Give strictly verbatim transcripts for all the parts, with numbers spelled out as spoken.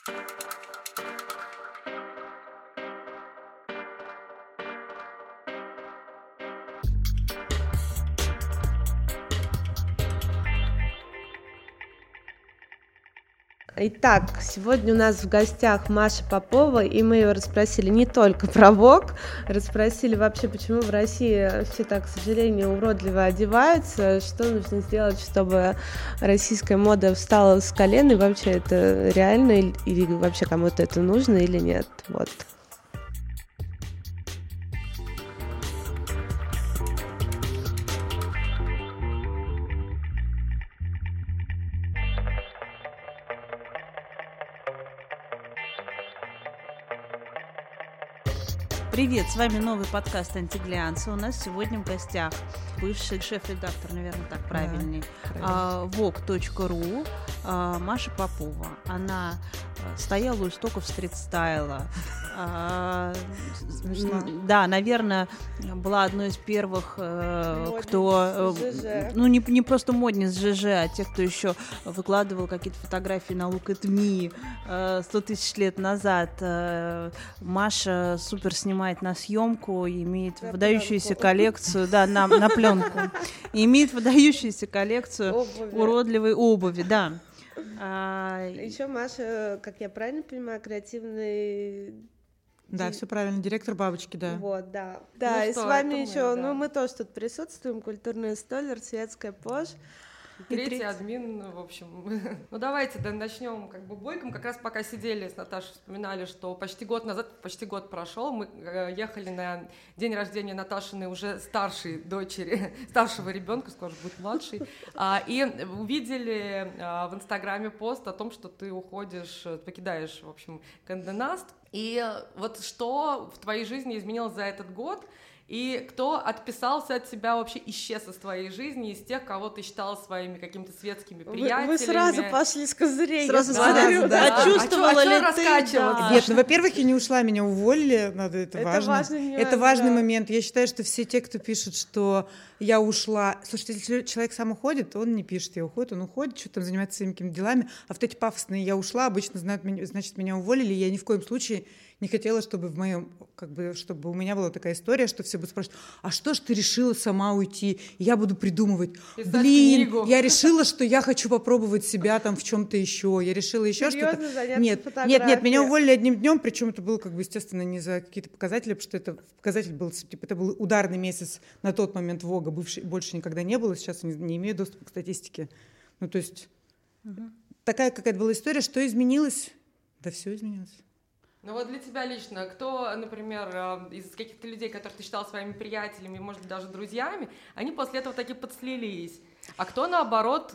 Итак, сегодня у нас в гостях Маша Попова, и мы ее расспросили не только про ВОГ, расспросили вообще, почему в России все так, к сожалению, уродливо одеваются, что нужно сделать, чтобы российская мода встала с колен, и вообще это реально, или, или вообще кому-то это нужно или нет. Вот. Привет, с вами новый подкаст «Антиглянца». У нас сегодня в гостях бывший шеф-редактор, наверное, так правильней, да, вог точка ру Маша Попова. Она стояла у истоков стрит-стайла. Да, наверное, была одной из первых, модниц кто... Ну, не, не просто модниц ЖЖ, а тех, кто еще выкладывал какие-то фотографии на Look at Me сто тысяч лет назад. Маша супер снимает на съемку, имеет на выдающуюся пленку. коллекцию, да, на, на пленку, и имеет выдающуюся коллекцию обуви. уродливой обуви, да. А... Еще Маша, как я правильно понимаю, креативный... Да, все правильно, директор «Бабочки», да. Вот, да. Да, ну и что, с вами еще, мы, да. ну мы тоже тут присутствуем, культурный столер, светская пош. Третий, третий админ, в общем. Ну давайте да, начнем как бы бойком. Как раз пока сидели с Наташей, вспоминали, что почти год назад, почти год прошел, мы ехали на день рождения Наташиной уже старшей дочери, старшего ребенка, скоро будет младший, и увидели в Инстаграме пост о том, что ты уходишь, покидаешь, в общем, Конде Наст. И вот что в твоей жизни изменилось за этот год? И кто отписался от тебя, вообще исчез из твоей жизни, из тех, кого ты считала своими какими-то светскими приятелями? Вы, вы сразу пошли с козырей. Сразу смотрю, да. А чувствовала а ли ты? Да. Нет, ну, во-первых, я не ушла, меня уволили, надо, это, это важно. Важный нюанс, это важный да. момент. Я считаю, что все те, кто пишет, что я ушла... Слушайте, если человек сам уходит, он не пишет, я уходит, он уходит, что-то там занимается своими какими-то делами, а вот эти пафосные «я ушла» обычно знают, значит, меня уволили, я ни в коем случае не хотела, чтобы в моем, как бы, чтобы у меня была такая история, что все будут спрашивать, а что ж ты решила сама уйти? И я буду придумывать, писать блин, книгу. Я решила, что я хочу попробовать себя там в чем-то еще, я решила еще что-то. Нет, нет, нет, меня уволили одним днем, причем это было, как бы, естественно, не за какие-то показатели, потому что это показатель был, типа, это был ударный месяц на тот момент ВОГа, бывший, больше никогда не было, сейчас не, не имею доступа к статистике. Ну, то есть угу. такая какая-то была история, что изменилось? Да все изменилось. Ну вот для тебя лично, кто, например, из каких-то людей, которых ты считал своими приятелями, может быть, даже друзьями, они после этого таки подслились, а кто, наоборот,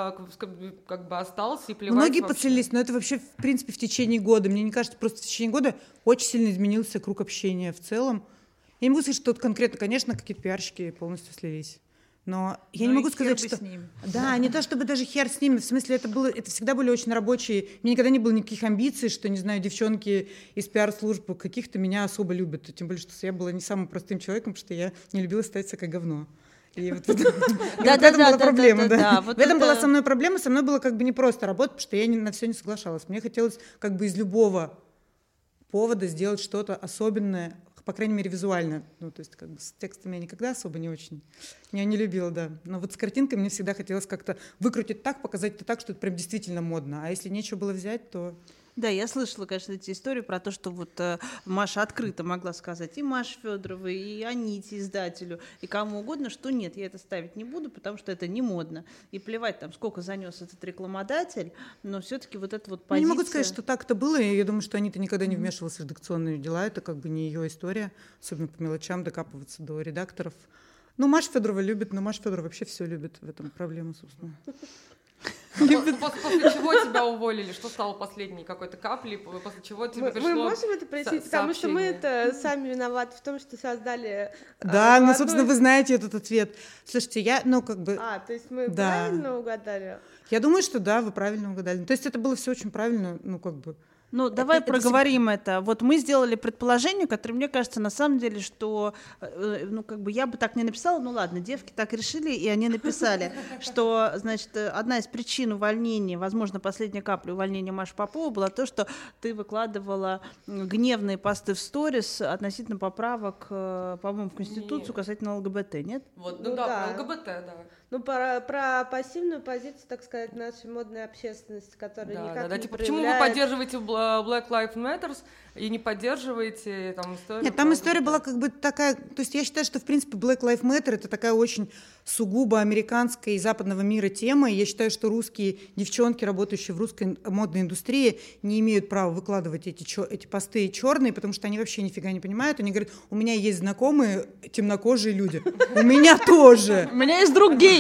как бы остался и плевать Многие вообще? подслились, но это вообще, в принципе, в течение года. Мне не кажется, просто в течение года очень сильно изменился круг общения в целом. Я не могу сказать, что тут конкретно, конечно, какие-то пиарщики полностью слились. Но я ну не могу сказать, что... С ним. Да, не то чтобы даже хер с ними. В смысле, это, было, это всегда были очень рабочие... У меня никогда не было никаких амбиций, что, не знаю, девчонки из пиар-служб каких-то меня особо любят. Тем более, что я была не самым простым человеком, потому что я не любила ставить себя как говно. И вот в этом была проблема, да. В этом была со мной проблема. Со мной было как бы не просто работать, потому что я на все не соглашалась. Мне хотелось как бы из любого повода сделать что-то особенное, по крайней мере, визуально. Ну, то есть, как бы с текстами я никогда особо не очень, я не любила, да. Но вот с картинкой мне всегда хотелось как-то выкрутить так, показать это так, что это прям действительно модно. А если нечего было взять, то... Да, я слышала, конечно, эти истории про то, что вот э, Маша открыто могла сказать и Маше Федоровой, и Аните, издателю, и кому угодно, что нет, я это ставить не буду, потому что это не модно. И плевать там, сколько занес этот рекламодатель, но все-таки вот эта вот позиция... Я не могу сказать, что так это было, и я думаю, что Анита никогда не вмешивалась в редакционные дела, это как бы не ее история, особенно по мелочам докапываться до редакторов. Ну, Маша Федорова любит, но Маша Федорова вообще все любит, в этом проблема, собственно. После, после чего тебя уволили? Что стало последней какой-то каплей? После чего тебе мы, пришло Мы можем это прояснить, потому что мы это сами виноваты в том, что создали... Да, ну, собственно, вы знаете этот ответ. Слушайте, я, ну, как бы... А, то есть мы да. правильно угадали? Я думаю, что да, вы правильно угадали. То есть это было все очень правильно, ну, как бы... Ну, давай это, проговорим это... это. Вот мы сделали предположение, которое, мне кажется, на самом деле, что, ну, как бы я бы так не написала, ну, ладно, девки так решили, и они написали, что, значит, одна из причин увольнения, возможно, последняя капля увольнения Маши Поповой была то, что ты выкладывала гневные посты в сторис относительно поправок, по-моему, в Конституцию касательно ЛГБТ, нет? Вот, ну, ну да, да, про ЛГБТ, да. Ну, про, про пассивную позицию, так сказать, нашей модной общественности, которая да, никак да, да, не типа, проявляет... почему вы поддерживаете Black Lives Matter и не поддерживаете там историю? Нет, там история была как бы такая... То есть я считаю, что, в принципе, Black Lives Matter — это такая очень сугубо американская и западного мира тема. И я считаю, что русские девчонки, работающие в русской модной индустрии, не имеют права выкладывать эти, эти посты черные, потому что они вообще нифига не понимают. Они говорят, у меня есть знакомые темнокожие люди. У меня тоже. У меня есть друг гей.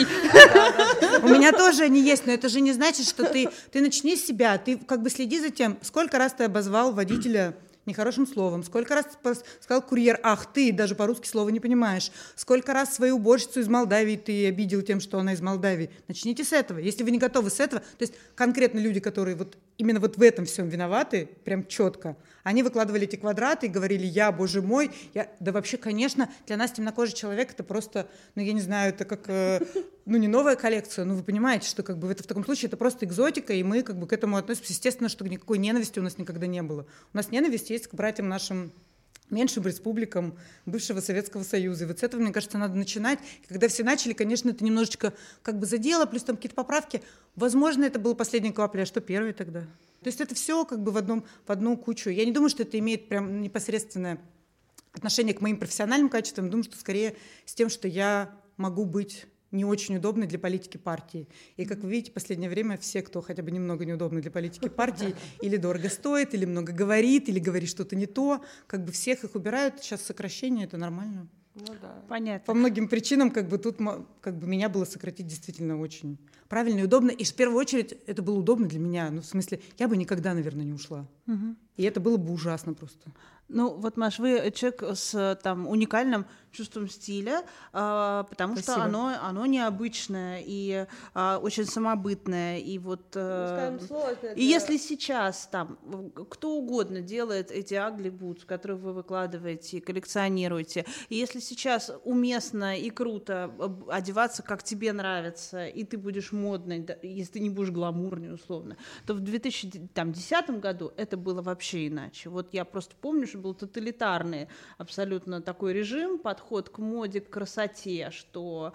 У меня тоже они есть, но это же не значит, что ты, ты начни с себя, ты как бы следи за тем, сколько раз ты обозвал водителя нехорошим словом, сколько раз сказал курьер, ах ты, даже по-русски слова не понимаешь, сколько раз свою уборщицу из Молдавии ты обидел тем, что она из Молдавии. Начните с этого. Если вы не готовы с этого, то есть конкретно люди, которые вот именно вот в этом всем виноваты, прям четко, они выкладывали эти квадраты и говорили, я, боже мой, я... да вообще, конечно, для нас темнокожий человек это просто, ну я не знаю, это как, э, ну не новая коллекция, но вы понимаете, что как бы это в таком случае это просто экзотика, и мы как бы к этому относимся. Естественно, что никакой ненависти у нас никогда не было. У нас ненависть есть к братьям нашим меньшим республикам бывшего Советского Союза. И вот с этого, мне кажется, надо начинать. И когда все начали, конечно, это немножечко как бы задело, плюс там какие-то поправки. Возможно, это была последняя капля, а что первый тогда? То есть это все как бы в, одном, в одну кучу. Я не думаю, что это имеет прям непосредственное отношение к моим профессиональным качествам. Я думаю, что скорее с тем, что я могу быть не очень удобной для политики партии. И, как вы видите, в последнее время все, кто хотя бы немного неудобны для политики партии, или дорого стоит, или много говорит, или говорит что-то не то, как бы всех их убирают. Сейчас сокращение, это нормально. Ну да. Понятно. По многим причинам как бы тут как бы меня было сократить действительно очень правильно и удобно. И в первую очередь это было удобно для меня. Ну, в смысле, я бы никогда, наверное, не ушла. Угу. И это было бы ужасно просто. Ну, вот, Маш, вы человек с там, уникальным чувством стиля, э, потому Спасибо. Что оно, оно необычное и э, очень самобытное. И, вот, э, ну, скажем, сложно, и если сейчас там кто угодно делает эти ugly boots, которые вы выкладываете и коллекционируете, и если сейчас уместно и круто одеваться, как тебе нравится, и ты будешь модной, да, если ты не будешь гламурной, условно, то в две тысячи десятом году это было вообще иначе. Вот я просто помню, что был тоталитарный абсолютно такой режим, подход к моде, к красоте, что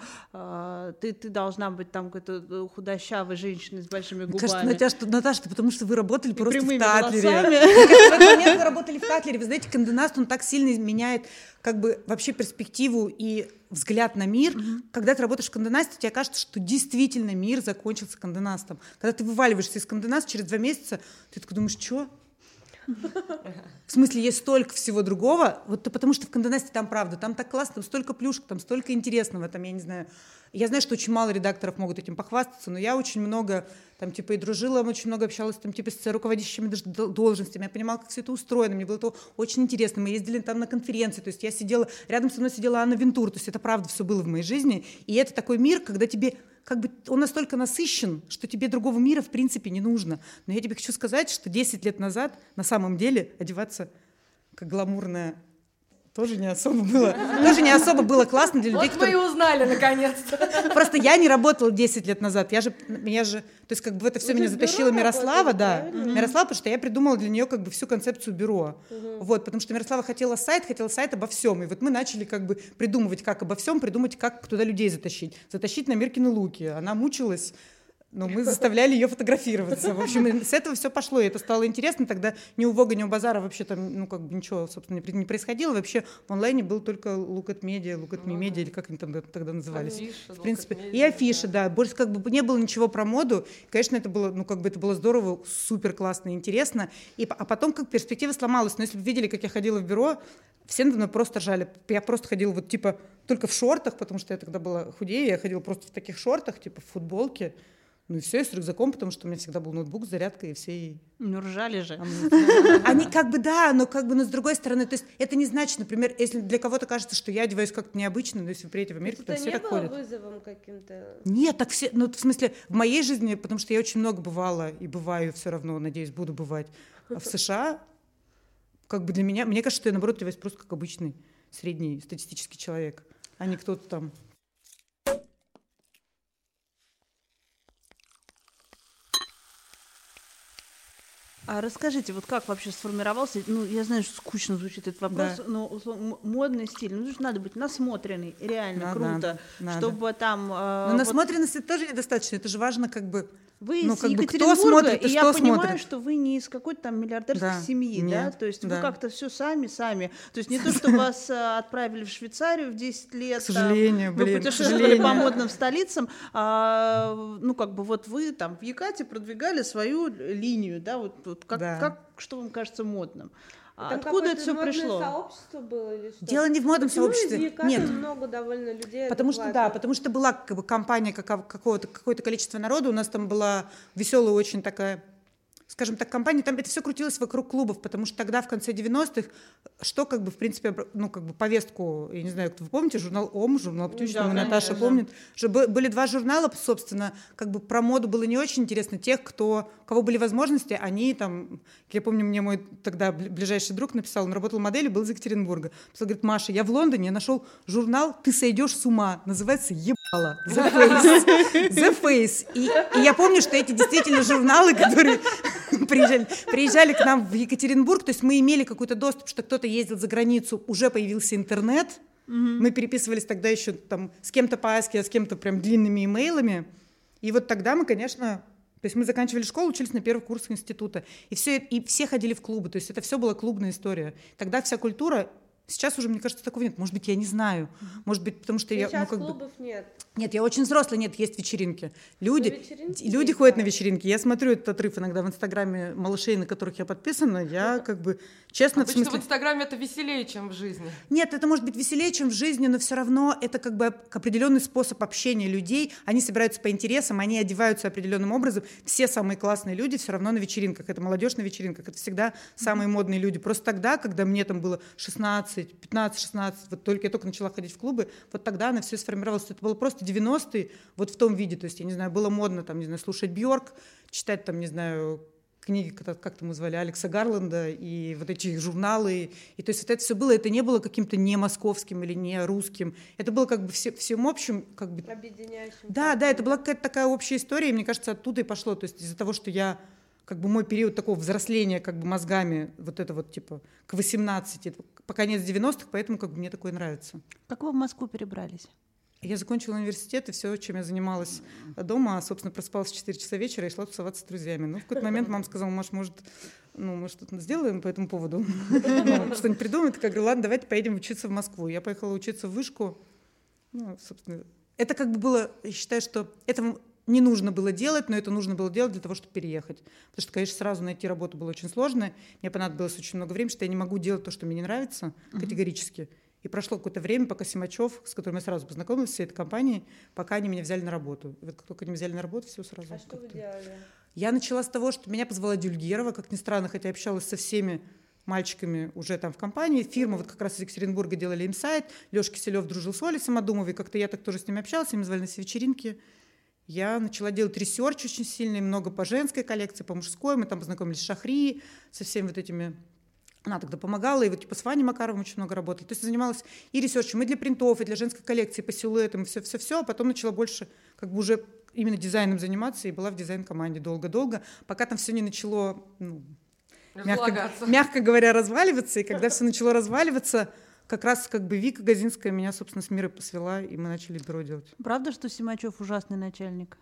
э, ты, ты должна быть там какой-то худощавой женщиной с большими губами. Мне кажется, Наташа, что, Наташа, потому что вы работали и просто в Татлере. Мне кажется, в этот момент вы работали в Татлере. Вы знаете, Кондэ Наст, он так сильно меняет как бы вообще перспективу и взгляд на мир. Mm-hmm. Когда ты работаешь в Кондэ Насте, тебе кажется, что действительно мир закончился Кондэ Настом. Когда ты вываливаешься из Кондэ Наст, через два месяца ты такой думаешь, что? В смысле, есть столько всего другого, вот потому что в Кондэ Насте там правда, там так классно, там столько плюшек, там столько интересного, там, я не знаю, я знаю, что очень мало редакторов могут этим похвастаться, но я очень много, там, типа, и дружила, очень много общалась, там, типа, с руководящими должностями, я понимала, как все это устроено, мне было это очень интересно, мы ездили там на конференции, то есть я сидела, рядом со мной сидела Анна Вентур, то есть это правда все было в моей жизни, и это такой мир, когда тебе как бы он настолько насыщен, что тебе другого мира в принципе не нужно. Но я тебе хочу сказать, что десять лет назад на самом деле одеваться как гламурная тоже не особо было. Тоже не особо было классно для людей, вот которые... мы и узнали наконец-то. Просто я не работала десять лет назад. Я же, меня же, то есть как бы в это все меня затащила Мирослава, да. Мирослава, потому что я придумала для нее как бы всю концепцию бюро. Вот, потому что Мирослава хотела сайт, хотела сайт обо всем. И вот мы начали как бы придумывать, как обо всем, придумать, как туда людей затащить. Затащить на Миркины Луки. Она мучилась. Но мы заставляли ее фотографироваться. В общем, с этого все пошло, и это стало интересно. Тогда ни у Вога, ни у Базара вообще там, ну, как бы ничего, собственно, не происходило. Вообще в онлайне был только Look at Media, Look at Me Media, или как они там тогда назывались. Афиша, в принципе, Media, и афиши, да. да. Больше как бы не было ничего про моду. Конечно, это было, ну, как бы это было здорово, супер классно, интересно. И, а потом как перспектива сломалась. Но если бы видели, как я ходила в бюро, все надо мной просто ржали. Я просто ходила вот типа только в шортах, потому что я тогда была худее, я ходила просто в таких шортах, типа в футболке. Ну и все, я с рюкзаком, потому что у меня всегда был ноутбук с зарядкой, и все... И... Ну, ржали же. Они как бы, да, но как бы, но с другой стороны, то есть это не значит, например, если для кого-то кажется, что я одеваюсь как-то необычно, но если вы приедете в Америку, то все так ходят. Это не было вызовом каким-то? Нет, так все, ну в смысле, в моей жизни, потому что я очень много бывала и бываю все равно, надеюсь, буду бывать в США, как бы для меня, мне кажется, что я, наоборот, одеваюсь просто как обычный средний статистический человек, а не кто-то там... А расскажите, вот как вообще сформировался, ну, я знаю, что скучно звучит этот вопрос, да. но условно, модный стиль, ну, надо быть насмотренный, реально надо, круто, надо. чтобы там... Э, но насмотренности вот... тоже недостаточно, это же важно как бы... Вы ну, из как Екатеринбурга, бы, кто смотрит, и, и я что понимаю, смотрит. что вы не из какой-то там миллиардерской да. семьи, Нет. да, то есть да. вы как-то все сами-сами, то есть не то, что вас отправили в Швейцарию в десять лет, к сожалению, там, блин, вы путешествовали по модным столицам, а, ну, как бы вот вы там в Екате продвигали свою линию, да, вот, вот как, да. как, что вам кажется модным? Там откуда это все пришло? Сообщество было или что? Дело не в модном Почему сообществе. Из Яката Нет. много довольно людей. Потому что да, потому что была как бы компания какого-то какое-то количество народу, у нас там была веселая очень такая, скажем так, компания, там это все крутилось вокруг клубов, потому что тогда в конце девяностых, что как бы в принципе, ну как бы повестку, я не знаю, кто вы помните, журнал ОМ, журнал Птючка, да, Наташа помнит, что были два журнала, собственно, как бы про моду было не очень интересно. Тех, кто, у кого были возможности, они там, я помню, мне мой тогда ближайший друг написал, он работал моделью, был из Екатеринбурга, он говорит: Маша, я в Лондоне, я нашел журнал «Ты сойдешь с ума», называется «Ебало», The Face, The Face. И, и я помню, что эти действительно журналы, которые приезжали, приезжали к нам в Екатеринбург, то есть мы имели какой-то доступ, что кто-то ездил за границу, уже появился интернет, mm-hmm. мы переписывались тогда еще там с кем-то по Аське, а с кем-то прям длинными имейлами, и вот тогда мы, конечно, то есть мы заканчивали школу, учились на первых курсах института, и все, и все ходили в клубы, то есть это все была клубная история. Тогда вся культура... Сейчас уже, мне кажется, такого нет. Может быть, я не знаю. Может быть, потому что сейчас я... Ну, как клубов бы... нет. Нет, я очень взрослая, нет, есть вечеринки. Люди, вечеринки люди есть, ходят да. на вечеринки. Я смотрю этот отрыв иногда в Инстаграме малышей, на которых я подписана. Я как бы, честно... Обычно в, смысле... в Инстаграме это веселее, чем в жизни. Нет, это может быть веселее, чем в жизни, но все равно это как бы определенный способ общения людей. Они собираются по интересам, они одеваются определенным образом. Все самые классные люди все равно на вечеринках. Это молодежь на вечеринках. Это всегда самые модные люди. Просто тогда, когда мне там было шестнадцать, пятнадцать, шестнадцать, вот только я только начала ходить в клубы, вот тогда она все сформировалась. Это было просто девяностые вот в том виде. То есть, я не знаю, было модно там, не знаю, слушать Бьорк, читать там, не знаю, книги, как, как там звали, Алекса Гарланда, и вот эти журналы. И то есть вот это все было, это не было каким-то не московским или не русским. Это было как бы все, всем общим. Как бы... Объединяющим. Да, да, это была какая-то такая общая история, и мне кажется, оттуда и пошло. То есть из-за того, что я как бы мой период такого взросления как бы мозгами, вот это вот типа к восемнадцати, по конец девяностых, поэтому как бы мне такое нравится. Как вы в Москву перебрались? Я закончила университет, и все, чем я занималась дома, собственно, просыпалась в четыре часа вечера и шла тусоваться с друзьями. Ну, в какой-то момент мама сказала: Маш, может, ну, мы что-то сделаем по этому поводу? Что-нибудь придумаем? Я говорю: ладно, давайте поедем учиться в Москву. Я поехала учиться в вышку. Ну, собственно, это как бы было, я считаю, что это не нужно было делать, но это нужно было делать для того, чтобы переехать. Потому что, конечно, сразу найти работу было очень сложно. Мне понадобилось очень много времени, что я не могу делать то, что мне не нравится, категорически. И прошло какое-то время, пока Симачев, с которым я сразу познакомилась, всей этой компанией, пока они меня взяли на работу. И вот как только они взяли на работу, все сразу. А что вы делали? Я начала с того, что меня позвала Дюльгерова, как ни странно, хотя я общалась со всеми мальчиками уже там в компании. Фирма вот как раз из Екатеринбурга делали им сайт. Лёша Киселёв дружил с Олей Самодумовой, как-то я так тоже с ними общалась, они звали на все вечеринки. Я начала делать ресерч очень сильный, много по женской коллекции, по мужской. Мы там познакомились с Шахри, со всеми вот этими... Она тогда помогала, и вот типа с Ваней Макаровым очень много работала. То есть занималась и ресерчем, и для принтов, и для женской коллекции, по силуэтам, и все-все-все. А потом начала больше как бы уже именно дизайном заниматься, и была в дизайн-команде долго-долго, пока там все не начало, ну, мягко, мягко говоря, разваливаться. И когда все начало разваливаться, как раз как бы Вика Газинская меня, собственно, с мирой посвела, и мы начали бюро делать. Правда, что Симачев ужасный начальник?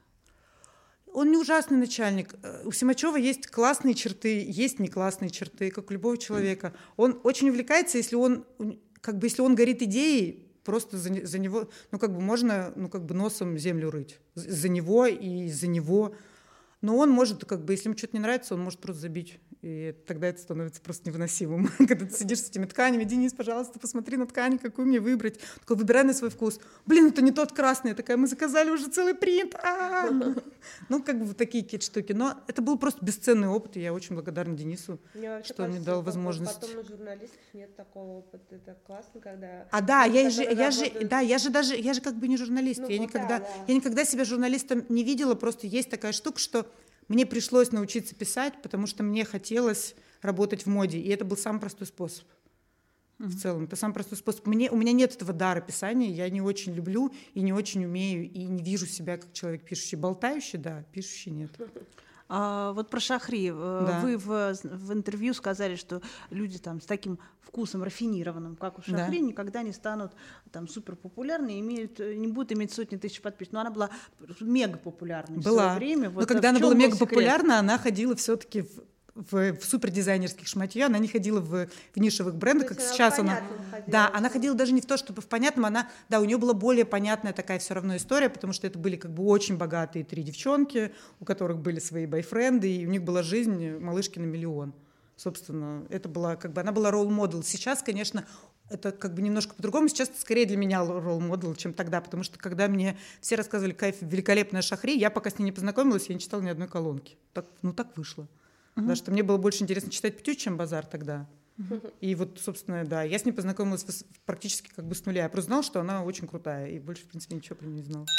Он не ужасный начальник. У Симачева есть классные черты, есть не классные черты, как у любого человека. Он очень увлекается, если он, как бы, если он горит идеей, просто за, за него, ну как бы можно, ну как бы носом землю рыть за него и за него. Но он может, как бы, если ему что-то не нравится, он может просто забить. И тогда это становится просто невыносимым. Когда ты сидишь с этими тканями: Денис, пожалуйста, посмотри на ткань, какую мне выбрать. Такой: выбирай на свой вкус. Блин, это не тот красный. Я такая: мы заказали уже целый принт. Ну, как бы вот такие какие-то штуки. Но это был просто бесценный опыт, и я очень благодарна Денису, что он мне дал возможность. Потом у журналистов нет такого опыта. Это классно, когда... А да, я же, я же, да, я же даже, я же как бы не журналист. Я никогда, я никогда себя журналистом не видела. Просто есть такая штука, что мне пришлось научиться писать, потому что мне хотелось работать в моде, и это был самый простой способ. Mm-hmm. В целом, это самый простой способ. Мне, у меня нет этого дара писания, я не очень люблю и не очень умею, и не вижу себя как человек пишущий. Болтающий, да, пишущий нет. А, вот про Шахри. Да. Вы в, в интервью сказали, что люди там с таким вкусом рафинированным, как у Шахри, да, никогда не станут там супер популярны, имеют, не будут иметь сотни тысяч подписчиков. Но она была мега популярной в свое время. Вот. Но когда она была мега популярна, она ходила все-таки в В, в супердизайнерских шматье, она не ходила в, в нишевых брендах, как сейчас она. Да, она ходила даже не в то, чтобы в понятном, она, да, у нее была более понятная такая все равно история, потому что это были как бы очень богатые три девчонки, у которых были свои бойфренды, и у них была жизнь малышки на миллион. Собственно, это была как бы, она была ролл-модел. Сейчас, конечно, это как бы немножко по-другому. Сейчас это скорее для меня ролл-модел, чем тогда, потому что когда мне все рассказывали, кайф, великолепная Шахри, я пока с ней не познакомилась, я не читала ни одной колонки. Так, ну так вышло. Uh-huh. Да, что мне было больше интересно читать Птю, чем Базар тогда. Uh-huh. И вот, собственно, да, я с ней познакомилась практически как бы с нуля. Я просто знала, что она очень крутая, и больше, в принципе, ничего про нее не знала.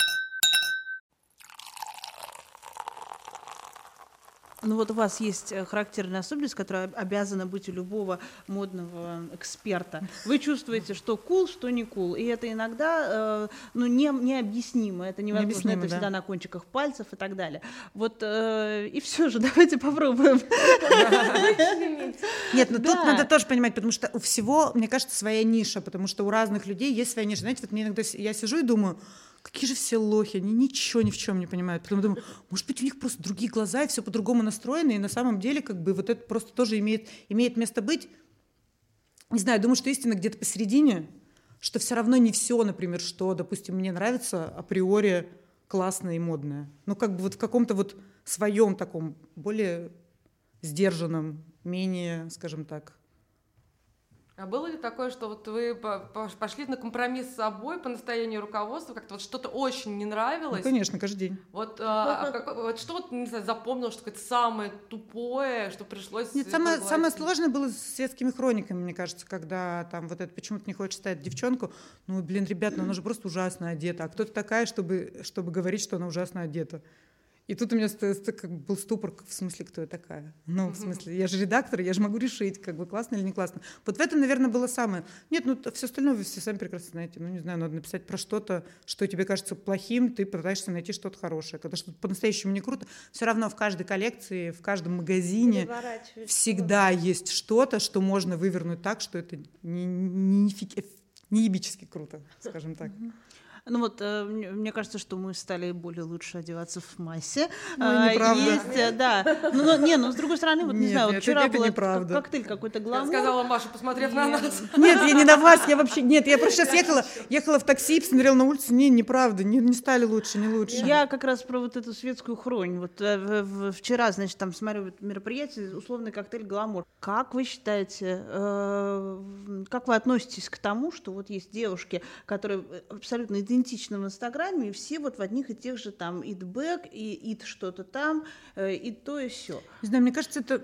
Ну вот у вас есть характерная особенность, которая обязана быть у любого модного эксперта. Вы чувствуете, что кул, что не кул. И это иногда э, ну, не, необъяснимо. Это невозможно. Необъяснимо, это всегда да. на кончиках пальцев и так далее. Вот э, и все же, давайте попробуем. Нет, но тут надо тоже понимать, потому что у всего, мне кажется, своя ниша, потому что у разных людей есть своя ниша. Знаете, вот мне иногда я сижу и думаю, какие же все лохи, они ничего ни в чем не понимают. Потом думаю, может быть, у них просто другие глаза, и все по-другому настроено, и на самом деле как бы вот это просто тоже имеет, имеет место быть. Не знаю, думаю, что истина где-то посередине, что все равно не все, например, что, допустим, мне нравится априори классное и модное. Ну, как бы вот в каком-то вот своем таком более сдержанном, менее, скажем так. А было ли такое, что вот вы пошли на компромисс с собой по настоянию руководства, как-то вот что-то очень не нравилось? Ну, конечно, каждый день. Вот, а, как, вот что вот, не знаю, запомнил, что это самое тупое, что пришлось... Нет, самое, самое сложное было с светскими хрониками, мне кажется, когда там вот это почему-то не хочешь ставить девчонку. Ну, блин, ребят, ну она же просто ужасно одета. А кто ты такая, чтобы, чтобы говорить, что она ужасно одета? И тут у меня как бы был ступор, в смысле, кто я такая? Ну, в смысле, я же редактор, я же могу решить, как бы классно или не классно. Вот в этом, наверное, было самое. Нет, ну, все остальное вы все сами прекрасно знаете. Ну, не знаю, надо написать про что-то, что тебе кажется плохим, ты пытаешься найти что-то хорошее. Когда что-то по-настоящему не круто, все равно в каждой коллекции, в каждом магазине всегда есть что-то, что можно вывернуть так, что это не, не, не, не ебически круто, скажем так. Ну вот, э, мне кажется, что мы стали более лучше одеваться в массе. Ну, неправда. Есть, э, да. Ну, ну, не, ну, с другой стороны, вот, не Нет, знаю, вот это, вчера это был неправда. коктейль какой-то гламур. Я сказала Маша, посмотрев на нас. Нет, я не на вас, я вообще... Нет, я просто сейчас ехала, ехала в такси, посмотрела на улицу, не, неправда, не, не стали лучше, не лучше. Я как раз про вот эту светскую хронь. Вот э, в, в, вчера, значит, там смотрю вот мероприятие, условный коктейль гламур. Как вы считаете, э, как вы относитесь к тому, что вот есть девушки, которые абсолютно идентичны в Инстаграме, и все вот в одних и тех же там eat back, и eat что-то там, и то, и сё. Не знаю, мне кажется, это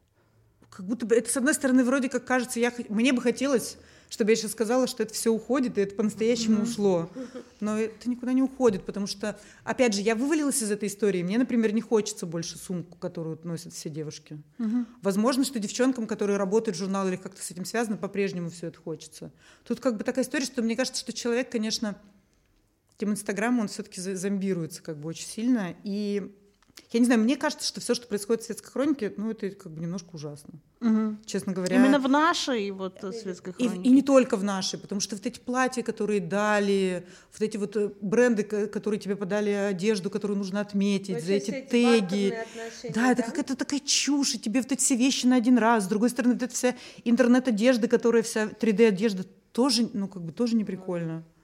как будто бы, это с одной стороны вроде как кажется, я, мне бы хотелось, чтобы я сейчас сказала, что это все уходит, и это по-настоящему mm-hmm. ушло. Но это никуда не уходит, потому что, опять же, я вывалилась из этой истории, мне, например, не хочется больше сумку, которую носят все девушки. Mm-hmm. Возможно, что девчонкам, которые работают в журнале или как-то с этим связано, по-прежнему все это хочется. Тут как бы такая история, что мне кажется, что человек, конечно... Тем Инстаграмом он все-таки зомбируется как бы очень сильно. И я не знаю, мне кажется, что все, что происходит в светской хронике, ну, это как бы немножко ужасно. Угу. Честно говоря. Именно в нашей вот светской хронике. И, и не только в нашей, потому что вот эти платья, которые дали, вот эти вот бренды, которые тебе подали одежду, которую нужно отметить, вообще за эти теги. Да, да, это какая-то такая чушь, и тебе вот эти все вещи на один раз. С другой стороны, вот эта вся интернет-одежда, которая вся три дэ-одежда, тоже, ну, как бы тоже не прикольно.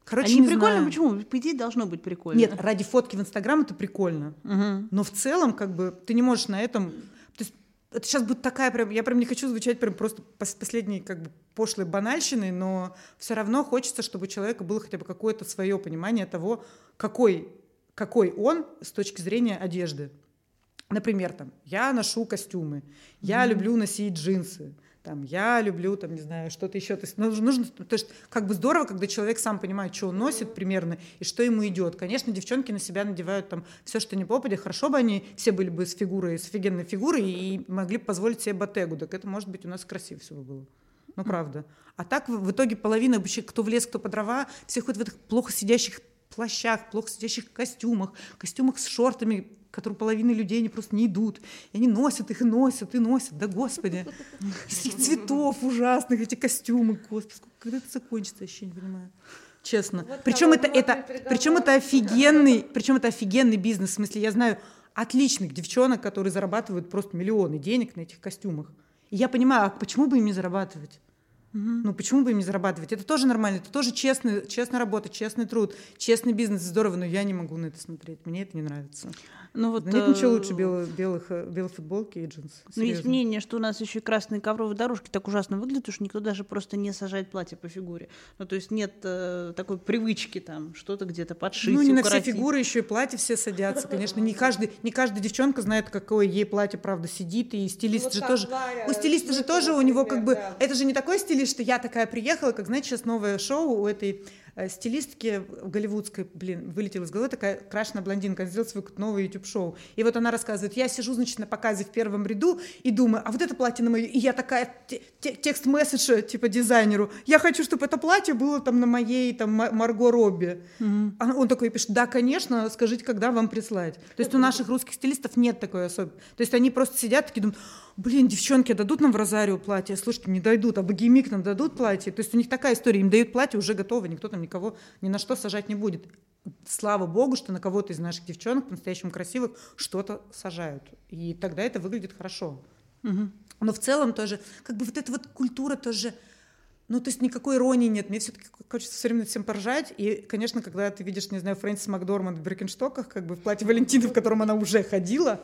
Короче, а не, не прикольно? знаю. Почему? По идее, должно быть прикольно. Нет, ради фотки в Инстаграм это прикольно. Угу. Но в целом, как бы, ты не можешь на этом... То есть это сейчас будет такая прям... Я прям не хочу звучать прям просто последней, как бы, пошлой банальщиной, но все равно хочется, чтобы у человека было хотя бы какое-то свое понимание того, какой, какой он с точки зрения одежды. Например, там, я ношу костюмы, я mm-hmm. люблю носить джинсы, там, я люблю, там, не знаю, что-то еще. То есть, нужно, нужно, то есть как бы здорово, когда человек сам понимает, что он носит примерно и что ему идет. Конечно, девчонки на себя надевают там все, что не попадя. Хорошо бы они все были бы с фигурой, с офигенной фигурой и могли бы позволить себе ботегу. Так это, может быть, у нас красиво все было. Ну, правда. А так в, в итоге половина вообще, кто в лес, кто по дрова, все ходят в этих плохо сидящих плащах, плохо сидящих костюмах, костюмах с шортами, которые половины людей они просто не идут. И они носят их, и носят, и носят. Да, господи. Из этих цветов ужасных, эти костюмы. Господи, когда это закончится, я еще не понимаю. Честно. Вот причем это, это, причем это офигенный, причем это офигенный бизнес. В смысле, я знаю отличных девчонок, которые зарабатывают просто миллионы денег на этих костюмах. И я понимаю, а почему бы им не зарабатывать? Угу. Ну, почему бы им не зарабатывать? Это тоже нормально, это тоже честный, честная работа, честный труд, честный бизнес, здорово, но я не могу на это смотреть, мне это не нравится. Ну, вот, нет ничего лучше белых, белых, белых футболки и джинс. Ну, есть мнение, что у нас еще и красные ковровые дорожки так ужасно выглядят, потому что никто даже просто не сажает платье по фигуре. Ну, то есть нет э, такой привычки там что-то где-то подшить, ну, не укоротить. На все фигуры еще и платья все садятся, конечно. Не каждый, не каждая девчонка знает, какое ей платье, правда, сидит, и стилист вот же тоже... Варя, у стилиста же тоже, у него как бы... Да. Это же не такой стилист, что я такая приехала, как, знаете, сейчас новое шоу у этой э, стилистки голливудской, блин, вылетела из головы, такая крашеная блондинка, она сделала свое новое YouTube-шоу. И вот она рассказывает, я сижу, значит, на показе в первом ряду и думаю, а вот это платье на мою, и я такая, текст-месседж, типа, дизайнеру, я хочу, чтобы это платье было там на моей, там, Марго Робби. Mm-hmm. А он такой пишет, да, конечно, скажите, когда вам прислать. То есть у наших русских стилистов нет такой особенности. То есть они просто сидят такие, думают, блин, девчонки, дадут нам в Розарио платье? Слушайте, не дойдут, а Богемик нам дадут платье? То есть у них такая история, им дают платье уже готово, никто там никого ни на что сажать не будет. Слава богу, что на кого-то из наших девчонок, по-настоящему красивых, что-то сажают. И тогда это выглядит хорошо. Угу. Но в целом тоже, как бы вот эта вот культура тоже, ну, то есть никакой иронии нет. Мне все-таки хочется все время над всем поржать. И, конечно, когда ты видишь, не знаю, Фрэнсис Макдорманд в Биркенстоках, как бы в платье Валентины, в котором она уже ходила,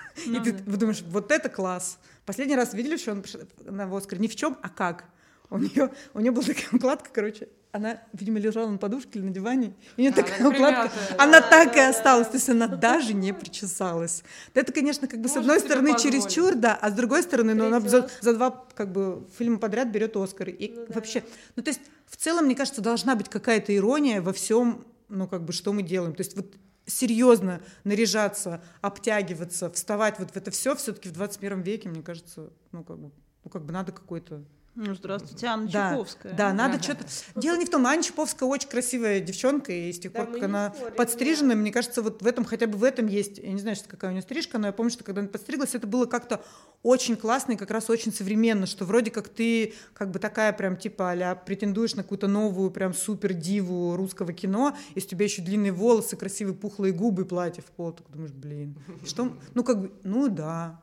и ты думаешь, вот это класс. Последний раз видели, что он на Оскаре? Ни в чем, а как? У нее, у нее была такая укладка, короче, она, видимо, лежала на подушке или на диване, и у нее а, такая укладка, она да, так да, и осталась, да, то есть она да, даже не причесалась. Это, конечно, как бы Может, с одной стороны чересчур, да, а с другой стороны, ну, она за, за два как бы фильма подряд берет Оскар. И ну, вообще, да. ну то есть в целом, мне кажется, должна быть какая-то ирония во всем, ну как бы, что мы делаем. То есть вот серьезно наряжаться, обтягиваться, вставать вот в это все, все-таки в двадцать первом веке, мне кажется, ну как бы, ну как бы надо какой-то. Ну, здравствуйте, Анна да, Чуповская. Да, надо ага. что-то... Дело не в том, Анна Чуповская очень красивая девчонка, и с тех да, пор, как она спорим, подстрижена, да. мне кажется, вот в этом, хотя бы в этом есть, я не знаю, что какая у нее стрижка, но я помню, что когда она подстриглась, это было как-то очень классно и как раз очень современно, что вроде как ты как бы такая прям типа а-ля претендуешь на какую-то новую прям супер диву русского кино, если у тебя еще длинные волосы, красивые пухлые губы, платье в пол, ты думаешь, блин, что... Ну, как бы, ну да.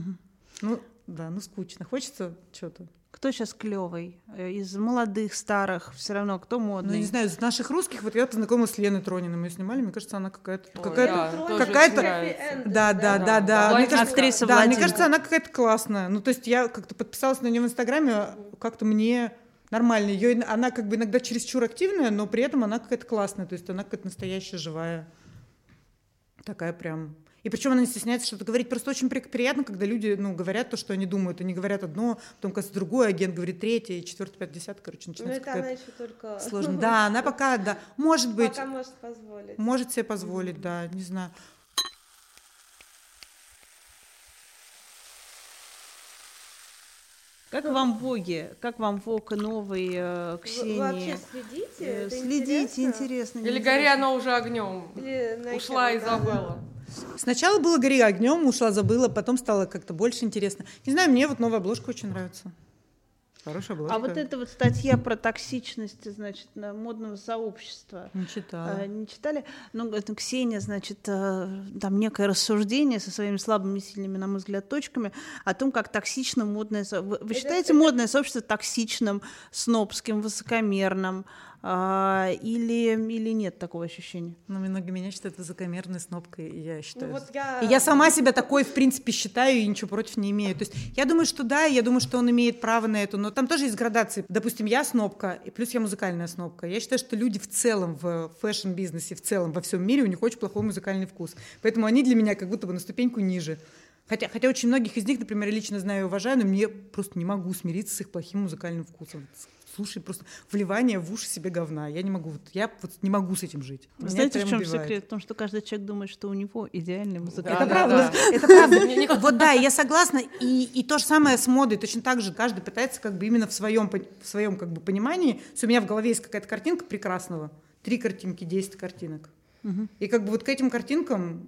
Ну, да, ну скучно. Хочется что-то. Кто сейчас клевый? Из молодых, старых, все равно, кто модный? Ну, не знаю, из наших русских, вот я познакомилась с Леной Трониной, мы ее снимали, мне кажется, она какая-то... Ой, какая-то, да, какая-то да, да, да, да. да. Мне кажется, да, мне кажется, она какая-то классная. Ну, то есть я как-то подписалась на нее в Инстаграме, как-то мне нормально. Ее, она как бы иногда чересчур активная, но при этом она какая-то классная, то есть она какая-то настоящая, живая. Такая прям... И причем она не стесняется что-то говорить. Просто очень приятно, когда люди ну, говорят то, что они думают. Они говорят одно, потом, кажется, другое, агент говорит третье, четвертое, пятое, десятое, короче, начинается какая-то... Ну, это она еще только... Сложно. Да, она пока, да, может быть... Пока может позволить. Может себе позволить, да, не знаю. Как вам Воги? Как вам Вог новый, э, Ксения? Вы вообще следите? Э, следите, интересно. Или гори оно уже огнем? Ушла и забыла. Сначала было «Гори огнем», ушла, забыла, потом стало как-то больше интересно. Не знаю, мне вот новая обложка очень нравится. Хорошая обложка. А вот эта вот статья про токсичность, значит, модного сообщества. Не читала. А, не читали? Ну, это Ксения, значит, там некое рассуждение со своими слабыми, сильными, на мой взгляд, точками о том, как токсично модное сообщество. Вы, вы считаете это... модное сообщество токсичным, снобским, высокомерным? а, или, или нет такого ощущения? Ну, много меня считают высокомерной снобкой, и я считаю. Ну, вот я... И я сама себя такой, в принципе, считаю и ничего против не имею. То есть я думаю, что да, я думаю, что он имеет право на это, но там тоже есть градации. Допустим, я снобка, и плюс я музыкальная снобка. Я считаю, что люди в целом в фэшн-бизнесе, в целом во всем мире, у них очень плохой музыкальный вкус. Поэтому они для меня как будто бы на ступеньку ниже. Хотя, хотя очень многих из них, например, я лично знаю и уважаю, но мне просто не могу смириться с их плохим музыкальным вкусом. Слушай, просто вливание в уши себе говна. Я не могу, вот, я вот не могу с этим жить. Вы знаете, в чем убивает. Секрет? В том, что каждый человек думает, что у него идеальный музыкальный вкус. Это правда. Это правда. Вот да, я согласна. И, и то же самое с модой. Точно так же каждый пытается как бы именно в своем, в своем как бы понимании. У меня в голове есть какая-то картинка прекрасного. Три картинки, десять картинок. Угу. И как бы вот к этим картинкам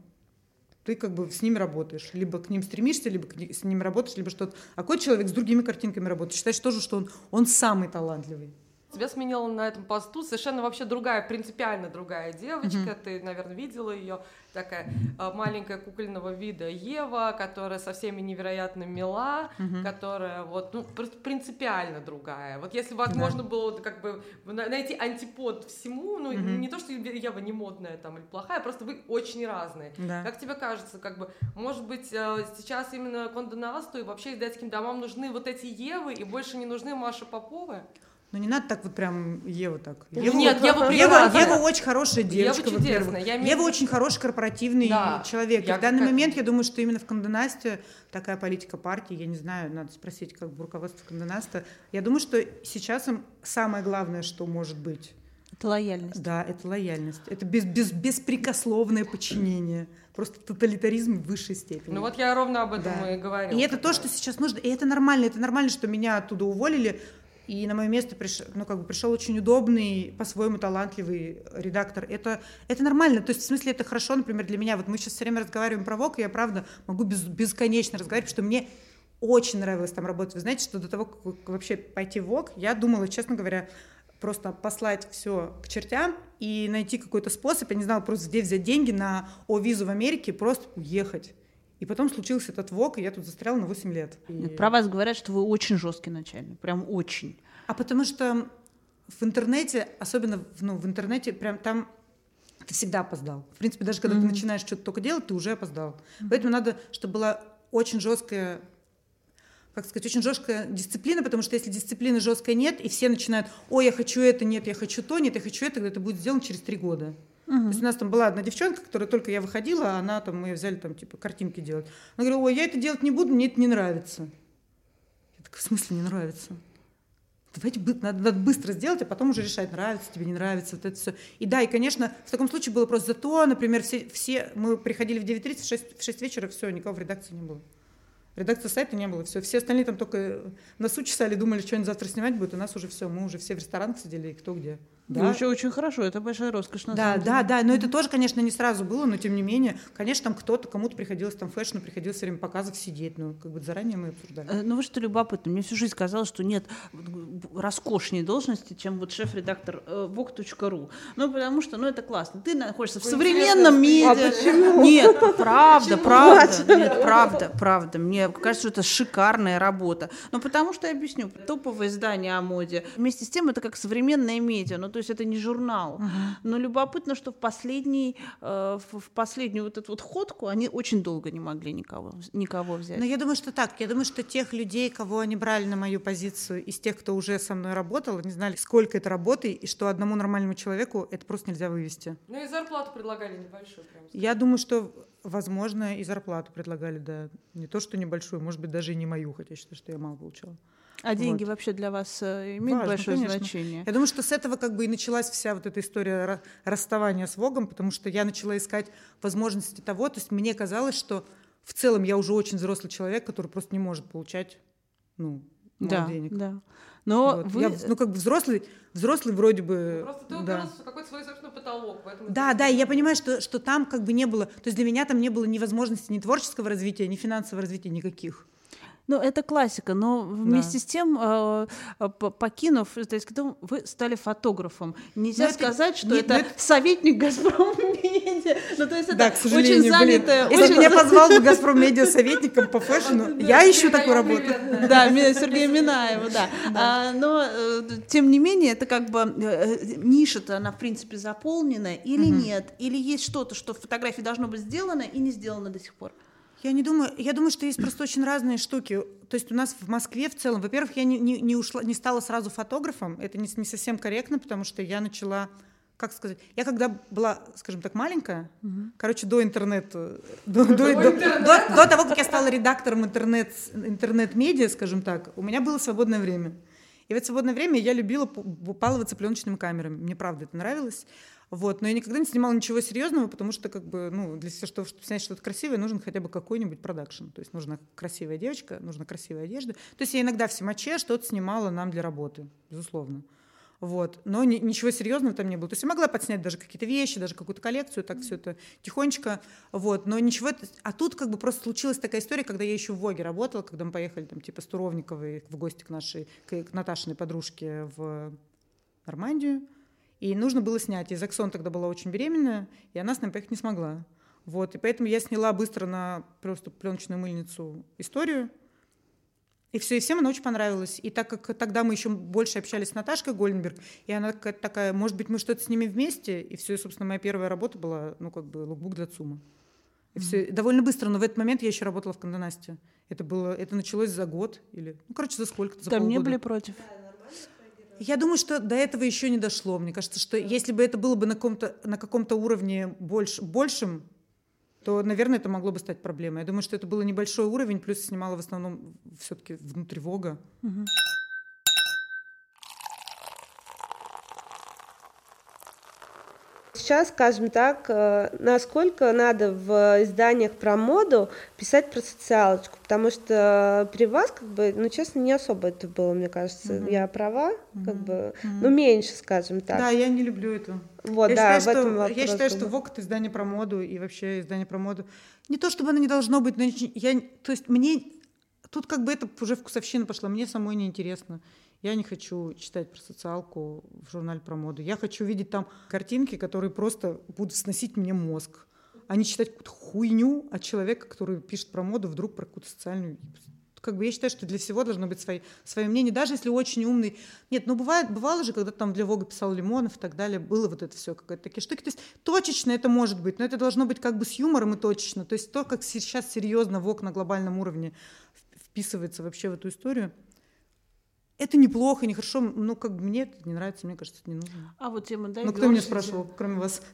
ты как бы с ними работаешь. Либо к ним стремишься, либо с ними работаешь, либо что-то. А какой человек с другими картинками работает? Считаешь тоже, что он, он самый талантливый. Тебя сменила на этом посту совершенно вообще другая, принципиально другая девочка. Mm-hmm. Ты, наверное, видела ее. Такая маленькая кукольного вида Ева, которая со всеми невероятно мила, mm-hmm. которая вот, ну, принципиально другая. Вот если бы можно yeah. было как бы найти антипод всему, ну, mm-hmm. не то, что Ева не модная там или плохая, просто вы очень разные. Yeah. Как тебе кажется, как бы, может быть, сейчас именно Кондé Насту и вообще издательским домам нужны вот эти Евы и больше не нужны Маша Поповы? Ну, не надо так вот прям Еву так. Ева, Нет, Ева Ева, Ева очень хорошая девочка, Ева чудесная. Я имею... Ева очень хороший корпоративный да. человек. Я и в данный как... момент, я думаю, что именно в Кондé Насте такая политика партии, я не знаю, надо спросить, как бы руководство Кондé Наста. Я думаю, что сейчас им самое главное, что может быть. Это лояльность. Да, это лояльность. Это без, без, беспрекословное подчинение. Просто тоталитаризм в высшей степени. Ну вот я ровно об этом да. и говорила. И это то, что сейчас нужно. И это нормально. Это нормально, что меня оттуда уволили. И на мое место пришел, ну, как бы пришел очень удобный, по-своему талантливый редактор. Это, это нормально. То есть, в смысле, это хорошо, например, для меня. Вот мы сейчас все время разговариваем про ВОК, и я, правда, могу без, бесконечно разговаривать, потому что мне очень нравилось там работать. Вы знаете, что до того, как вообще пойти в ВОК, я думала, честно говоря, просто послать все к чертям и найти какой-то способ. Я не знала просто, где взять деньги на О-визу в Америке, просто уехать. И потом случился этот ВОК, и я тут застряла на восемь лет. И... Про вас говорят, что вы очень жесткий начальник, прям очень. А потому что в интернете, особенно ну, в интернете, прям там ты всегда опоздал. В принципе, даже когда mm-hmm. ты начинаешь что-то только делать, ты уже опоздал. Mm-hmm. Поэтому надо, чтобы была очень жесткая, как сказать, очень жесткая дисциплина, потому что если дисциплины жесткой нет, и все начинают, ой, я хочу это, нет, я хочу то, нет, я хочу это, тогда это будет сделано через три года. Uh-huh. То есть у нас там была одна девчонка, которая только я выходила, она там, мы ее взяли там типа картинки делать. Она говорила, ой, я это делать не буду, мне это не нравится. Я такая, в смысле не нравится? Давайте надо, надо быстро сделать, а потом уже решать, нравится тебе, не нравится, вот это все. И да, и, конечно, в таком случае было просто зато, например, все, все мы приходили в девять тридцать, в шесть, в шесть вечера, все, никого в редакции не было. Редакции сайта не было, все. Все остальные там только носу чесали, думали, что они завтра снимать будут, у нас уже все, мы уже все в ресторанах сидели, и кто где. Да, еще очень хорошо, это большая роскошь. На да, самом да, деле. да, но это тоже, конечно, не сразу было, но тем не менее, конечно, там кто-то, кому-то приходилось там фэшну, приходилось все время показов сидеть, ну, как бы заранее мы обсуждали. Ну, вы что любопытно, мне всю жизнь казалось, что нет роскошней должности, чем вот шеф-редактор вок точка ру. Ну, потому что, ну, это классно. Ты находишься в современном медиа. А почему? Нет, правда, правда, нет, правда, правда. Мне кажется, что это шикарная работа. Ну, потому что, я объясню, топовое издание о моде. Вместе с тем, это как современное медиа, ну, то есть это не журнал. Uh-huh. Но любопытно, что в, последний, э, в последнюю вот эту вот ходку они очень долго не могли никого, никого взять. Но я думаю, что так. Я думаю, что тех людей, кого они брали на мою позицию, из тех, кто уже со мной работал, они знали, сколько это работы, и что одному нормальному человеку это просто нельзя вывести. Ну и зарплату предлагали небольшую. Прям. Я думаю, что, возможно, и зарплату предлагали, да. Не то, что небольшую, может быть, даже и не мою, хотя я считаю, что я мало получала. А деньги вот. Вообще для вас имеют Важно, большое конечно. Значение? Я думаю, что с этого как бы и началась вся вот эта история расставания с ВОГом, потому что я начала искать возможности того, то есть мне казалось, что в целом я уже очень взрослый человек, который просто не может получать ну, мало да, денег. Да. Но вот. вы... я, ну, как бы взрослый, взрослый вроде бы... Просто ты да. уперлась в какой-то свой собственный потолок. Да, да, и я понимаю, что, что там как бы не было... То есть для меня там не было ни возможности ни творческого развития, ни финансового развития никаких. Ну, это классика, но вместе да. с тем, э, покинув, то есть, когда вы стали фотографом, нельзя но сказать, это, что нет, это, это советник «Газпром Медиа». Ну, то есть это да, к сожалению, очень занятое... Блин. Если бы меня позвал бы «Газпром Медиа» советником по фэшну, я ищу такую работу. Да, Сергея Минаева, да. Но, тем не менее, это как бы ниша-то, она, в принципе, заполнена или нет? Или есть что-то, что в фотографии должно быть сделано и не сделано до сих пор? Я не думаю, я думаю, что есть просто очень разные штуки. То есть у нас в Москве в целом, во-первых, я не, не, не, ушла, не стала сразу фотографом, это не, не совсем корректно, потому что я начала, как сказать, я когда была, скажем так, маленькая, угу. короче, до интернета, до, до, до, интернет. до, до того, как я стала редактором интернет, интернет-медиа, скажем так, у меня было свободное время. И в это свободное время я любила баловаться пленочными камерами, мне правда это нравилось. Вот, но я никогда не снимала ничего серьезного, потому что, как бы, ну, для того, чтобы снять что-то красивое, нужен хотя бы какой-нибудь продакшн. То есть нужна красивая девочка, нужна красивая одежда. То есть я иногда в Симаче что-то снимала нам для работы, безусловно. Вот. Но ни, ничего серьезного там не было. То есть я могла подснять даже какие-то вещи, даже какую-то коллекцию, так все это тихонечко. Вот. Но ничего... А тут как бы просто случилась такая история, когда я еще в Воге работала, когда мы поехали там типа с Туровниковой в гости к нашей, к Наташиной подружке в Нормандию. И нужно было снять. И Заксон тогда была очень беременная, и она с нами поехать не смогла. Вот. И поэтому я сняла быстро на просто пленочную мыльницу историю. И все, и всем она очень понравилась. И так как тогда мы еще больше общались с Наташкой Гольденберг, и она такая, может быть, мы что-то снимем вместе, и все, и, собственно, моя первая работа была, ну, как бы, лукбук для ЦУМа. И mm-hmm. все, довольно быстро, но в этот момент я еще работала в Канде Насте. Это было, это началось за год или, ну, короче, за сколько-то, за Там полгода. не были против? Я думаю, что до этого еще не дошло. Мне кажется, что если бы это было бы на каком-то, на каком-то уровне больш, большим, то, наверное, это могло бы стать проблемой. Я думаю, что это был небольшой уровень, плюс снимала в основном все-таки внутри Вога. Угу. Сейчас, скажем так, насколько надо в изданиях про моду писать про социалочку, потому что при вас, как бы, ну, честно, не особо это было, мне кажется. Mm-hmm. Я права, mm-hmm. как бы, mm-hmm. ну, меньше, скажем так. Да, я не люблю это. Вот, я да, считаю, в этом что, я считаю, что Vogue — это издание про моду, и вообще издание про моду. Не то, чтобы оно не должно быть, но я, то есть мне... Тут как бы это уже вкусовщина пошла, мне самой неинтересно. Я не хочу читать про социалку в журнале про моду. Я хочу видеть там картинки, которые просто будут сносить мне мозг, а не читать какую-то хуйню от человека, который пишет про моду, вдруг про какую-то социальную... Как бы я считаю, что для всего должно быть свои, свое мнение, даже если очень умный. Нет, ну бывает, бывало же, когда там для Вога писал Лимонов и так далее, было вот это все, какие-то такие штуки. То есть точечно это может быть, но это должно быть как бы с юмором и точечно. То есть то, как сейчас серьезно Вог на глобальном уровне вписывается вообще в эту историю, это неплохо, нехорошо, но как бы мне это не нравится, мне кажется, это не нужно. А вот тема, да, ну, кто меня спрашивал, кроме вас?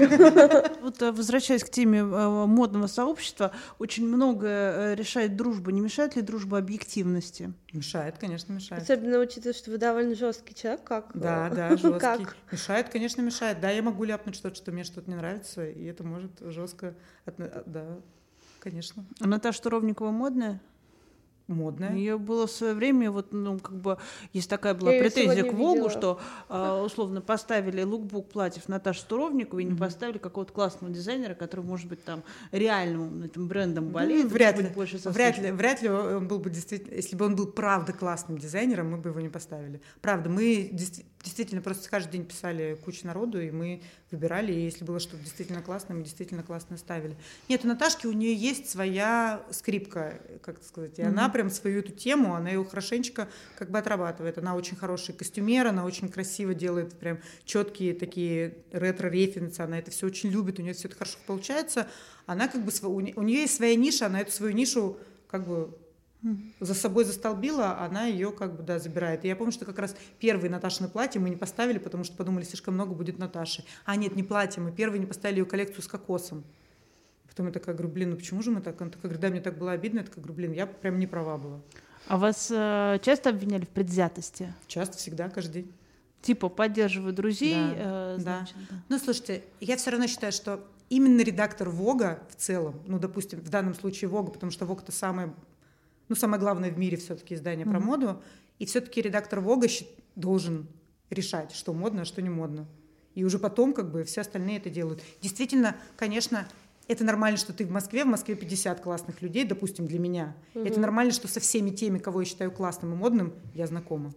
Вот возвращаясь к теме модного сообщества, очень многое решает дружба. Не мешает ли дружба объективности? Мешает, конечно, мешает. Особенно учитывая, что вы довольно жесткий человек, как? Да, да, жесткий. Мешает, конечно, мешает. Да, я могу ляпнуть что-то, что мне что-то не нравится, и это может жестко, да, конечно. А Наташа Туровникова модная? Модная. У нее было в свое время, вот, ну, как бы, есть такая была я претензия к Вогу, что, э, условно, поставили лукбук платьев Наташи Туровниковой и не mm-hmm. поставили какого-то классного дизайнера, который, может быть, там, реальным этим брендом болеет. Mm, вряд ли. Вряд ли, вряд ли он был бы действительно, если бы он был правда классным дизайнером, мы бы его не поставили. Правда, мы действительно просто каждый день писали кучу народу, и мы выбирали, и если было что-то действительно классное, мы действительно классно ставили. Нет, у Наташки, у нее есть своя скрипка, как сказать, и mm-hmm. она прям свою эту тему, она ее хорошенечко как бы отрабатывает. Она очень хороший костюмер, она очень красиво делает прям четкие такие ретро-референсы, она это все очень любит, у нее все это хорошо получается. Она как бы, у нее есть своя ниша, она эту свою нишу как бы за собой застолбила, она ее как бы, да, забирает. И я помню, что как раз первые Наташины платья мы не поставили, потому что подумали, слишком много будет Наташи. А нет, не платье, мы первые не поставили ее коллекцию с кокосом. Потом я такая говорю, блин, ну почему же мы так? Она такая говорит, да, мне так было обидно. Я такая говорю, блин, я прям не права была. А вас э, часто обвиняли в предвзятости? Часто, всегда, каждый день. Типа поддерживаю друзей? Да, э, значит, да. да. Ну, слушайте, я все равно считаю, что именно редактор Вога в целом, ну, допустим, в данном случае Вога, потому что Вог — это самое, ну, самое главное в мире все-таки издание mm-hmm. про моду, и все-таки редактор Вога должен решать, что модно, а что не модно. И уже потом как бы все остальные это делают. Действительно, конечно, это нормально, что ты в Москве, в Москве пятьдесят классных людей, допустим, для меня. Угу. Это нормально, что со всеми теми, кого я считаю классным и модным, я знакома.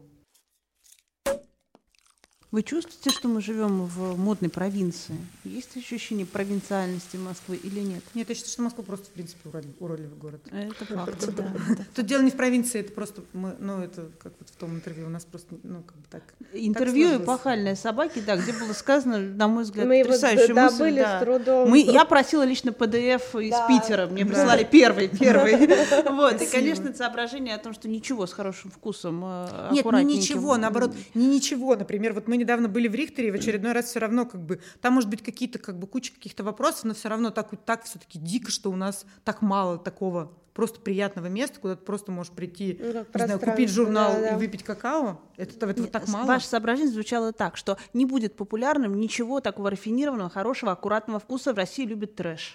Вы чувствуете, что мы живем в модной провинции? Есть ощущение провинциальности Москвы или нет? Нет, я считаю, что Москва просто, в принципе, уродливый город. Это факт, да. Тут дело не в провинции, это просто, мы, ну, это как вот в том интервью, у нас просто, ну, как бы так. Интервью «Эпохальные собаки», да, где было сказано, на мой взгляд, потрясающая мысль. Мы его добыли с трудом. Мы, я просила лично пэ дэ эф из да. Питера, мне прислали первый, первый. Вот, и, конечно, это соображение о том, что ничего с хорошим вкусом, нет, не ничего, наоборот, не ничего, например, вот мы недавно были в Рихтере, и в очередной раз все равно как бы, там может быть какие-то как бы куча каких-то вопросов, но все равно так, так все-таки дико, что у нас так мало такого просто приятного места, куда ты просто можешь прийти, ну, не знаю, купить журнал да, да. и выпить какао. Это, этого так мало. Ваше соображение звучало так, что не будет популярным ничего такого рафинированного, хорошего, аккуратного вкуса. В России любят трэш.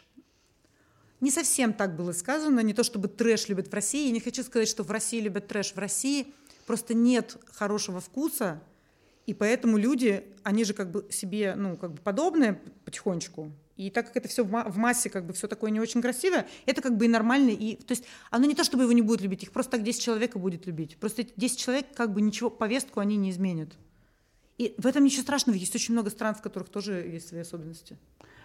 Не совсем так было сказано, не то чтобы трэш любят в России. Я не хочу сказать, что в России любят трэш. В России просто нет хорошего вкуса, и поэтому люди, они же как бы себе, ну, как бы подобные потихонечку. И так как это все в массе, как бы все такое не очень красивое, это как бы и нормально. И, то есть оно не то, чтобы его не будут любить, их просто так десять человек и будет любить. Просто эти десять человек как бы ничего, повестку они не изменят. И в этом ничего страшного. Есть очень много стран, в которых тоже есть свои особенности.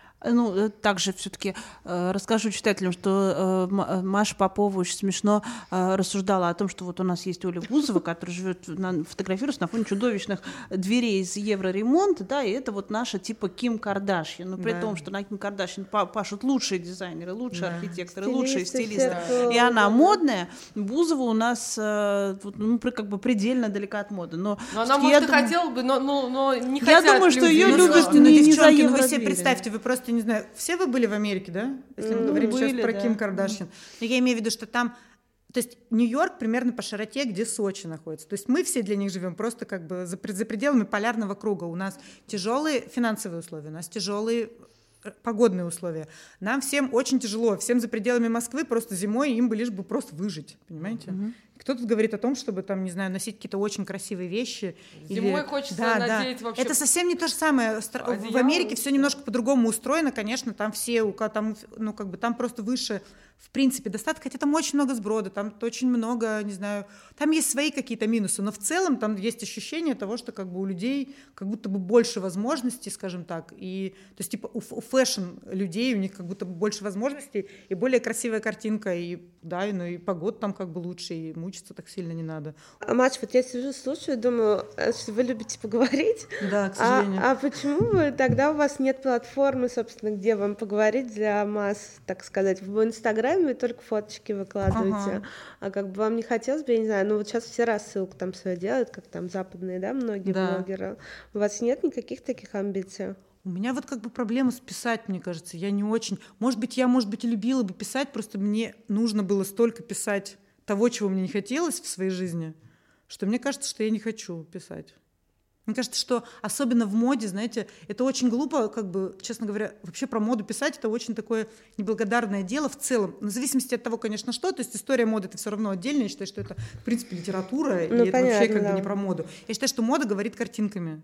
Ну, также все-таки э, расскажу читателям, что э, Маша Попова очень смешно э, рассуждала о том, что вот у нас есть Оля Бузова, которая живет, на, фотографируется на фоне чудовищных дверей из Евроремонта, да, и это вот наша типа Ким Кардашьян. Но при да. том, что на Ким Кардашьян пашут лучшие дизайнеры, лучшие да. архитекторы, стилисты, лучшие стилисты. Да. И она модная. Бузова у нас э, ну, как бы предельно далека от моды. Но, но она, может, дум... и хотела бы, но, но, но не хотят. Я думаю, что ее ну, любят не, не, девчонки, не за евро. Ну вы себе представьте, вы просто не знаю, все вы были в Америке, да? Если мы говорим были, сейчас про да. Ким Кардашьян. Но я имею в виду, что там, то есть Нью-Йорк примерно по широте, где Сочи находится. То есть мы все для них живем просто как бы за, за пределами полярного круга. У нас тяжелые финансовые условия, у нас тяжелые погодные условия. Нам всем очень тяжело, всем за пределами Москвы просто зимой им бы лишь бы просто выжить, понимаете? Mm-hmm. Кто тут говорит о том, чтобы там, не знаю, носить какие-то очень красивые вещи. Зимой или... хочется да, надеть да. вообще... Это совсем не то же самое. Одеяло. В Америке все немножко по-другому устроено, конечно, там все, у там, ну, как бы, там просто выше, в принципе, достаток, хотя там очень много сброда, там очень много, не знаю, там есть свои какие-то минусы, но в целом там есть ощущение того, что как бы у людей как будто бы больше возможностей, скажем так, и, то есть типа у, у фэшн людей, у них как будто бы больше возможностей и более красивая картинка, и да, и, ну, и погода там как бы лучше, и мучиться так сильно не надо. А, Маш, вот я сижу, слушаю, думаю, что вы любите поговорить. Да, к сожалению. А, а почему вы, тогда у вас нет платформы, собственно, где вам поговорить для масс, так сказать, в Инстаграме вы только фоточки выкладываете, ага. а как бы вам не хотелось бы, я не знаю, ну вот сейчас все рассылку там свою делают, как там западные, да, многие да. блогеры. У вас нет никаких таких амбиций? У меня вот как бы проблема с писать, мне кажется, я не очень... Может быть, я, может быть, и любила бы писать, просто мне нужно было столько писать того, чего мне не хотелось в своей жизни, что мне кажется, что я не хочу писать. Мне кажется, что особенно в моде, знаете, это очень глупо, как бы, честно говоря, вообще про моду писать, это очень такое неблагодарное дело в целом, в зависимости от того, конечно, что, то есть история моды это все равно отдельно, я считаю, что это, в принципе, литература, ну, и понятно, это вообще как да. бы не про моду. Я считаю, что мода говорит картинками.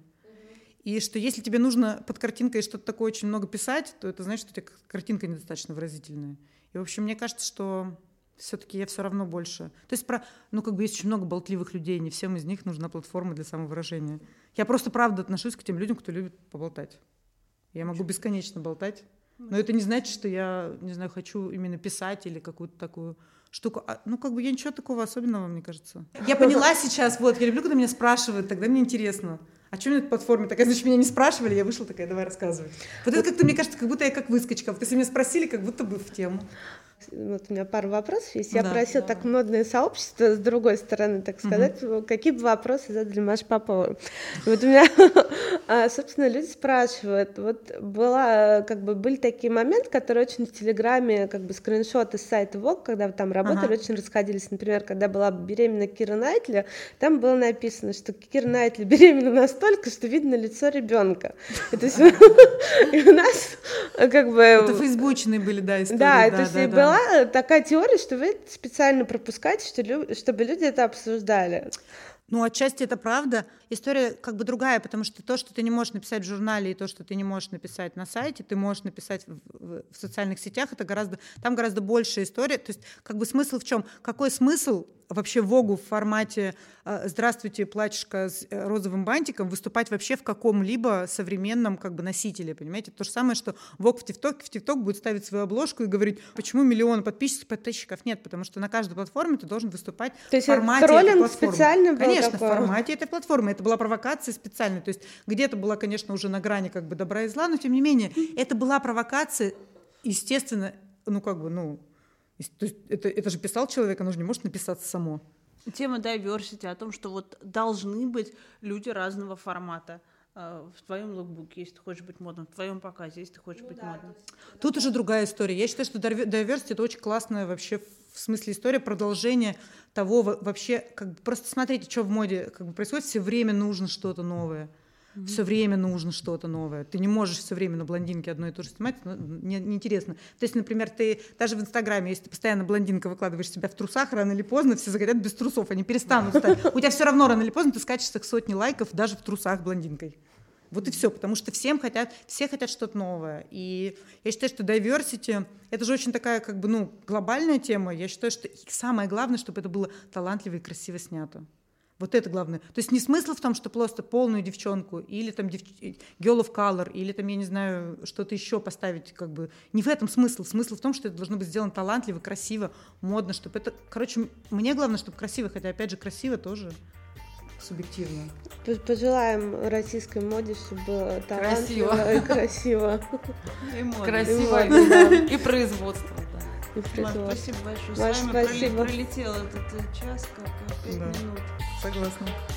И что если тебе нужно под картинкой что-то такое очень много писать, то это значит, что у тебя картинка недостаточно выразительная. И, в общем, мне кажется, что все-таки я все равно больше... То есть, про, ну, как бы есть очень много болтливых людей, не всем из них нужна платформа для самовыражения. Я просто, правда, отношусь к тем людям, кто любит поболтать. Я могу бесконечно болтать, но это не значит, что я, не знаю, хочу именно писать или какую-то такую штуку. А, ну, как бы я ничего такого особенного, мне кажется. Я поняла сейчас, вот, я люблю, когда меня спрашивают, тогда мне интересно. А что у меня на платформе? Такая, значит, меня не спрашивали, я вышла такая, давай рассказывай. Вот это как-то, мне кажется, как будто я как выскочка. Вот если меня спросили, как будто бы в тему. Вот у меня пару вопросов есть. Я да, просила да. так модное сообщество, с другой стороны, так сказать, угу. какие бы вопросы задали Маше Поповой. Вот у меня, собственно, люди спрашивают, вот была, как бы, были такие моменты, которые очень в Телеграме, как бы, скриншоты с сайта Vogue, когда вы там работали, ага. очень расходились. Например, когда была беременна Кира Найтли, там было написано, что Кира Найтли беременна настолько, что видно лицо ребенка. И у нас, как бы... Это фейсбучные были, да, истории. Да, то есть была такая теория, что вы специально пропускаете, чтобы люди это обсуждали. Ну, отчасти это правда. История как бы другая, потому что то, что ты не можешь написать в журнале, и то, что ты не можешь написать на сайте, ты можешь написать в, в, в социальных сетях, это гораздо, там гораздо большая история. То есть как бы смысл в чем? Какой смысл вообще Вогу в формате «Здравствуйте, платьишко с розовым бантиком» выступать вообще в каком-либо современном как бы носителе, понимаете? То же самое, что Вог в ТикТок, в ТикТок будет ставить свою обложку и говорить, почему миллион подписчиков, подписчиков нет, потому что на каждой платформе ты должен выступать в формате этой платформы. Специально был Конечно, такой? в формате этой платформы. Это была провокация специальная. То есть где-то была, конечно, уже на грани как бы добра и зла, но тем не менее, это была провокация, естественно, ну как бы, ну, то есть это, это же писал человек, оно же не может написаться само. Тема diversity, о том, что вот должны быть люди разного формата. В твоем лукбуке, если ты хочешь быть модным, в твоем показе, если ты хочешь ну, быть да, модным. Тут уже другая история. Я считаю, что diversity — это очень классная вообще в смысле история, продолжение того вообще, как бы, просто смотрите, что в моде как бы происходит, все время нужно что-то новое. Mm-hmm. Все время нужно что-то новое. Ты не можешь все время на блондинке одно и то же снимать, ну, не, неинтересно. То есть, например, ты даже в Инстаграме, если ты постоянно блондинка выкладываешь себя в трусах, рано или поздно все загорят без трусов, они перестанут стать. У тебя все равно рано или поздно ты скачешься к сотне лайков даже в трусах блондинкой. Вот и все, потому что всем хотят, все хотят что-то новое. И я считаю, что diversity — это же очень такая как бы, ну, глобальная тема. Я считаю, что самое главное, чтобы это было талантливо и красиво снято. Вот это главное. То есть не смысл в том, что просто полную девчонку или там дев... girl of color, или там, я не знаю, что-то еще поставить, как бы. Не в этом смысл. Смысл в том, что это должно быть сделано талантливо, красиво, модно, чтобы это... Короче, мне главное, чтобы красиво, хотя, опять же, красиво тоже субъективно. Пожелаем российской моде, чтобы было талантливо и красиво. Красиво и производство. Спасибо большое. С вами пролетел этот час, как пять минут. Согласна.